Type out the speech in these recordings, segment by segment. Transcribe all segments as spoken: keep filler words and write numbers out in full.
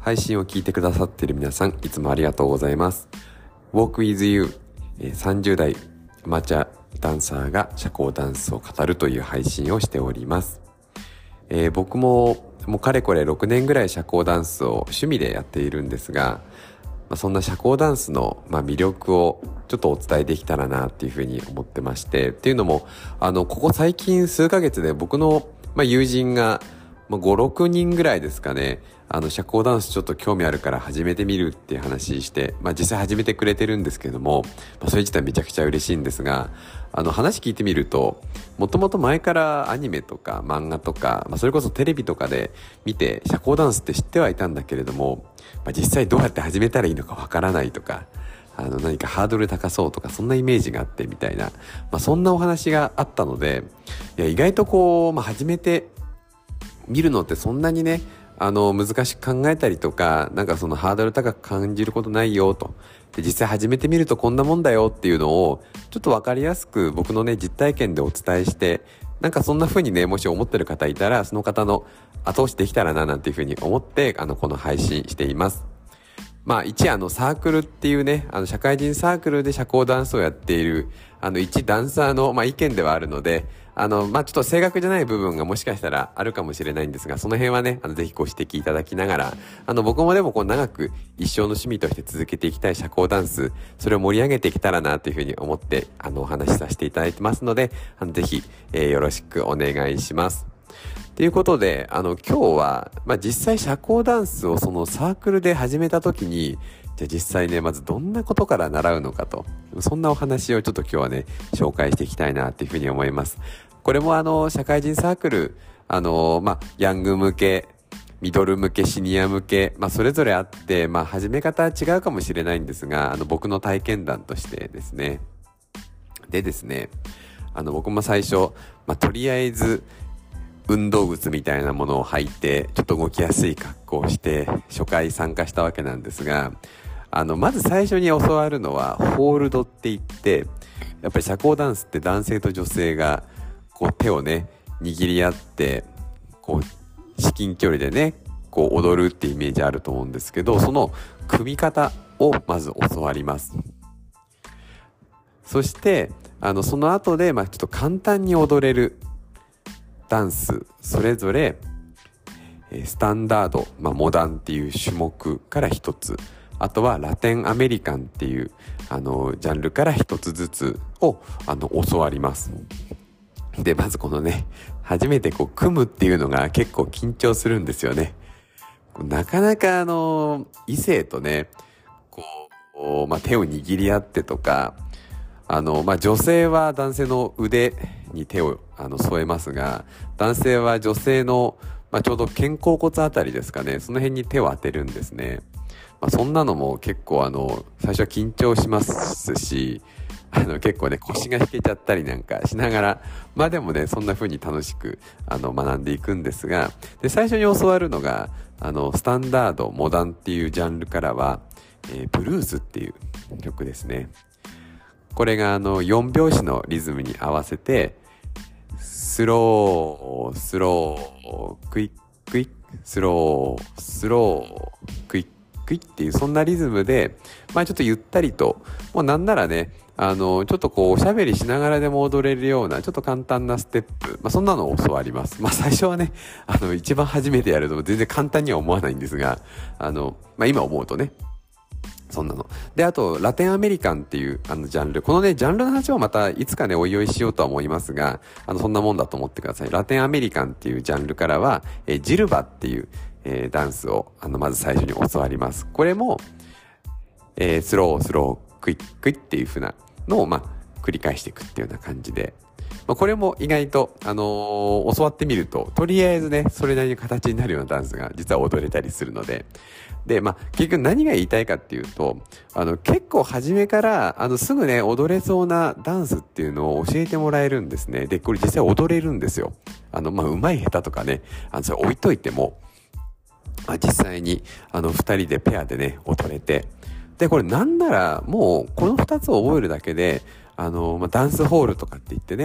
配信を聞いてくださっている皆さん、いつもありがとうございます。Walk with You、さんじゅう代アマチュアダンサーが社交ダンスを語るという配信をしております。えー、僕ももうかれこれろくねんぐらい社交ダンスを趣味でやっているんですが、まあ、そんな社交ダンスの、まあ、魅力をちょっとお伝えできたらなっていうふうに思ってまして、っていうのもあのここ最近数ヶ月で僕の、まあ、友人がご、ろくにんぐらいですかね、あの社交ダンスちょっと興味あるから始めてみるっていう話して、まあ実際始めてくれてるんですけども、まあ、それ自体めちゃくちゃ嬉しいんですが、あの話聞いてみると、もともと前からアニメとか漫画とか、まあ、それこそテレビとかで見て社交ダンスって知ってはいたんだけれども、まあ、実際どうやって始めたらいいのかわからないとか、あの何かハードル高そうとか、そんなイメージがあってみたいな、まあ、そんなお話があったので、いや意外とこう、まあ、始めて見るのってそんなにね、あの難しく考えたりとか、なんかそのハードル高く感じることないよと。で、実際始めてみるとこんなもんだよっていうのをちょっとわかりやすく僕のね実体験でお伝えして、なんかそんな風にねもし思ってる方いたら、その方の後押しできたらななんていう風に思って、あのこの配信しています。まあ一あのサークルっていうね、あの社会人サークルで社交ダンスをやっているあの一ダンサーのまあ意見ではあるので、あのまあちょっと正確じゃない部分がもしかしたらあるかもしれないんですが、その辺はね、あのぜひご指摘いただきながら、あの僕もでもこう長く一生の趣味として続けていきたい社交ダンス、それを盛り上げていけたらなというふうに思ってあのお話しさせていただいてますので、あのぜひ、えー、よろしくお願いします。ということで、あの今日は、まあ、実際社交ダンスをそのサークルで始めた時に、じゃあ実際ね、まずどんなことから習うのかと、そんなお話をちょっと今日はね、紹介していきたいなっていうふうに思います。これもあの、社会人サークル、あの、まあ、ヤング向け、ミドル向け、シニア向け、まあ、それぞれあって、まあ、始め方は違うかもしれないんですが、あの、僕の体験談としてですね。でですね、あの、僕も最初、まあ、とりあえず、運動靴みたいなものを履いて、ちょっと動きやすい格好をして、初回参加したわけなんですが、あの、まず最初に教わるのは、ホールドって言って、やっぱり社交ダンスって男性と女性が、こう手をね、握り合って、こう、至近距離でね、こう踊るってイメージあると思うんですけど、その組み方をまず教わります。そして、あの、その後で、まあちょっと簡単に踊れるダンス、それぞれ、スタンダード、まあモダンっていう種目から一つ、あとはラテンアメリカンっていう、あの、ジャンルから一つずつを、あの、教わります。で、まずこのね、初めてこう組むっていうのが結構緊張するんですよね。なかなかあの、異性とね、こう、まあ、手を握り合ってとか、あの、まあ、女性は男性の腕に手をあの添えますが、男性は女性の、まあ、ちょうど肩甲骨あたりですかね、その辺に手を当てるんですね。まあ、そんなのも結構あの、最初は緊張しますし、あの結構ね腰が引けちゃったりなんかしながら、まあでもねそんな風に楽しくあの学んでいくんですが、で最初に教わるのがあのスタンダードモダンっていうジャンルからは、えー、ブルースっていう曲ですね。これがあのよん拍子のリズムに合わせてスロースロークイックイッスロースロークイックイッっていうそんなリズムで、まあちょっとゆったりと、もうなんならねあのちょっとこうおしゃべりしながらでも踊れるようなちょっと簡単なステップ、まあそんなのを教わります。まあ最初はねあの一番初めてやると全然簡単には思わないんですが、あのまあ今思うとねそんなので、あとラテンアメリカンっていうあのジャンル、このねジャンルの話はまたいつかねおいおいしようとは思いますが、あのそんなもんだと思ってください。ラテンアメリカンっていうジャンルからは、えー、ジルバっていう、えー、ダンスをあのまず最初に教わります。これも、えー、スロースロークイックイっていう風なのをまあ繰り返していくっていうような感じで、まあ、これも意外と、あのー、教わってみるととりあえずねそれなりに形になるようなダンスが実は踊れたりするので、でまあ結局何が言いたいかっていうと、あの結構初めからあのすぐね踊れそうなダンスっていうのを教えてもらえるんですね。でこれ実際踊れるんですよ。あのまあ上手い下手とかね、あのそれ置いといても、まあ、実際にあのふたりでペアでね踊れて、でこれなんならもうこのふたつを覚えるだけで、あの、まあ、ダンスホールとかって言ってね、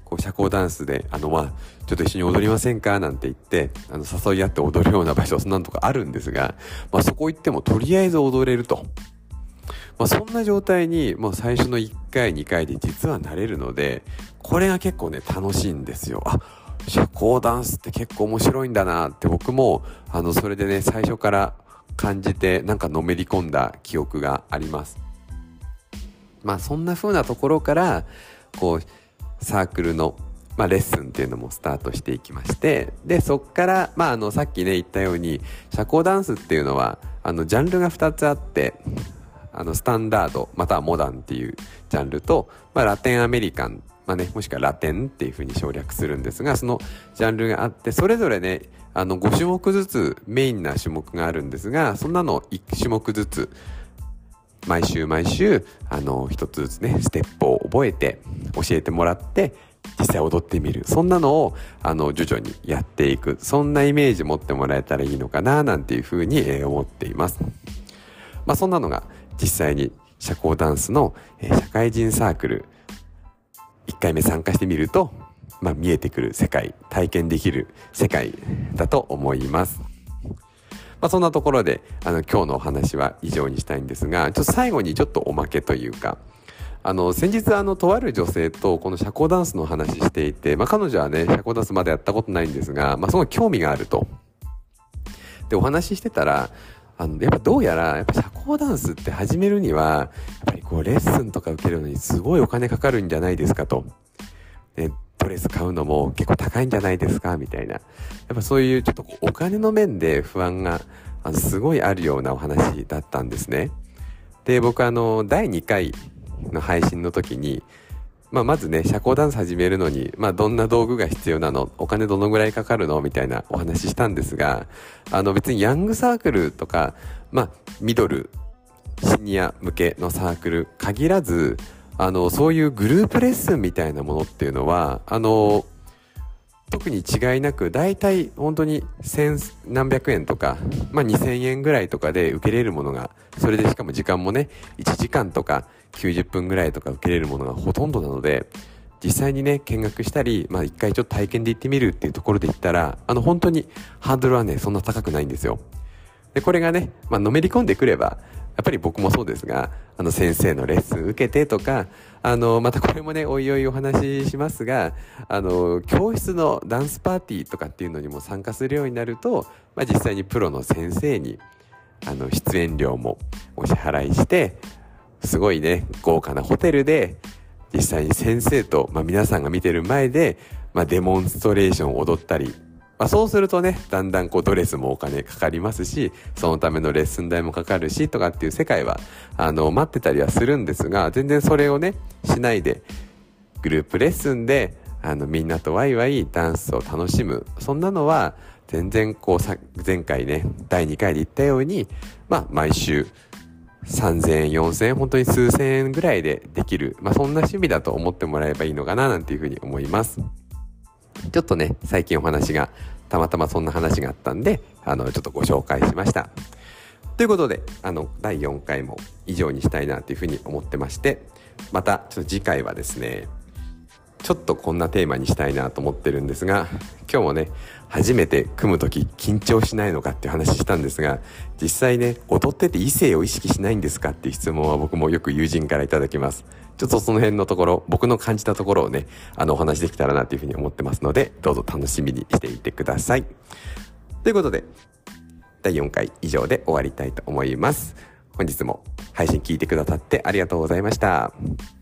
こう社交ダンスで、あの、まあ、ちょっと一緒に踊りませんかなんて言って、あの、誘い合って踊るような場所、そんなのとかあるんですが、まあ、そこ行ってもとりあえず踊れると。まあ、そんな状態に、もう最初のいっかい、にかいで実はなれるので、これが結構ね、楽しいんですよ。あ、社交ダンスって結構面白いんだなって僕も、あの、それでね、最初から感じて、なんかのめり込んだ記憶があります。まあ、そんな風なところから、こう、サークルの、まあ、レッスンっていうのもスタートしていきまして、でそっから、まあ、あのさっきね言ったように社交ダンスっていうのはあのジャンルがふたつあって、あのスタンダードまたはモダンっていうジャンルと、まあ、ラテンアメリカン、まあね、もしくはラテンっていう風に省略するんですが、そのジャンルがあって、それぞれねあのご種目ずつメインな種目があるんですが、そんなのいち種目ずつ毎週毎週あの一つずつねステップを覚えて教えてもらって実際踊ってみる、そんなのをあの徐々にやっていく、そんなイメージ持ってもらえたらいいのかななんていうふうに、えー、思っています。まあそんなのが実際に社交ダンスの、えー、社会人サークルいっかいめ参加してみると、まあ、見えてくる世界、体験できる世界だと思います。まあ、そんなところであの今日のお話は以上にしたいんですが、ちょっと最後にちょっとおまけというか、あの先日あのとある女性とこの社交ダンスの話していて、まあ、彼女はね社交ダンスまだやったことないんですが、まあ、すごい興味があると。でお話ししてたら、あのやっぱどうやらやっぱ社交ダンスって始めるにはやっぱりこうレッスンとか受けるのにすごいお金かかるんじゃないですかと。でドレス買うのも結構高いんじゃないですかみたいな、やっぱそういうちょっとお金の面で不安があのすごいあるようなお話だったんですね。で僕あのだいにかいの配信の時に、まあ、まずね社交ダンス始めるのに、まあ、どんな道具が必要なの、お金どのぐらいかかるのみたいなお話したんですが、あの別にヤングサークルとか、まあ、ミドルシニア向けのサークル限らず、あのそういうグループレッスンみたいなものっていうのはあの特に違いなくだいたい本当に千何百円とか、まあ、にせんえんぐらいとかで受けれるものが、それでしかも時間もねいちじかんとかきゅうじゅっぷんぐらいとか受けれるものがほとんどなので、実際にね見学したり、まあ、一回ちょっと体験で行ってみるっていうところで言ったら、あの本当にハードルはねそんな高くないんですよ。でこれがね、まあのめり込んでくれば、やっぱり僕もそうですが、あの先生のレッスン受けてとか、あのまたこれもねおいおいお話ししますが、あの教室のダンスパーティーとかっていうのにも参加するようになると、まあ、実際にプロの先生にあの出演料もお支払いして、すごいね豪華なホテルで実際に先生と、まあ、皆さんが見てる前で、まあ、デモンストレーションを踊ったり、まあ、そうするとねだんだんこうドレスもお金かかりますし、そのためのレッスン代もかかるしとかっていう世界はあの待ってたりはするんですが、全然それをねしないでグループレッスンであのみんなとワイワイダンスを楽しむ、そんなのは全然こうさ前回ねだいにかいで言ったように、まあ毎週さんぜんえんよんせんえん本当に数千円ぐらいでできる、まあ、そんな趣味だと思ってもらえばいいのかななんていうふうに思います。ちょっとね最近お話がたまたまそんな話があったんで、あのちょっとご紹介しました。ということであのだいよんかいも以上にしたいなというふうに思ってまして、またちょっと次回はですねちょっとこんなテーマにしたいなと思ってるんですが、今日もね初めて組むとき緊張しないのかっていう話したんですが、実際ね踊ってて異性を意識しないんですかっていう質問は僕もよく友人からいただきます。ちょっとその辺のところ、僕の感じたところをねあのお話できたらなというふうに思ってますので、どうぞ楽しみにしていてください。ということでだいよんかい以上で終わりたいと思います。本日も配信聞いてくださってありがとうございました。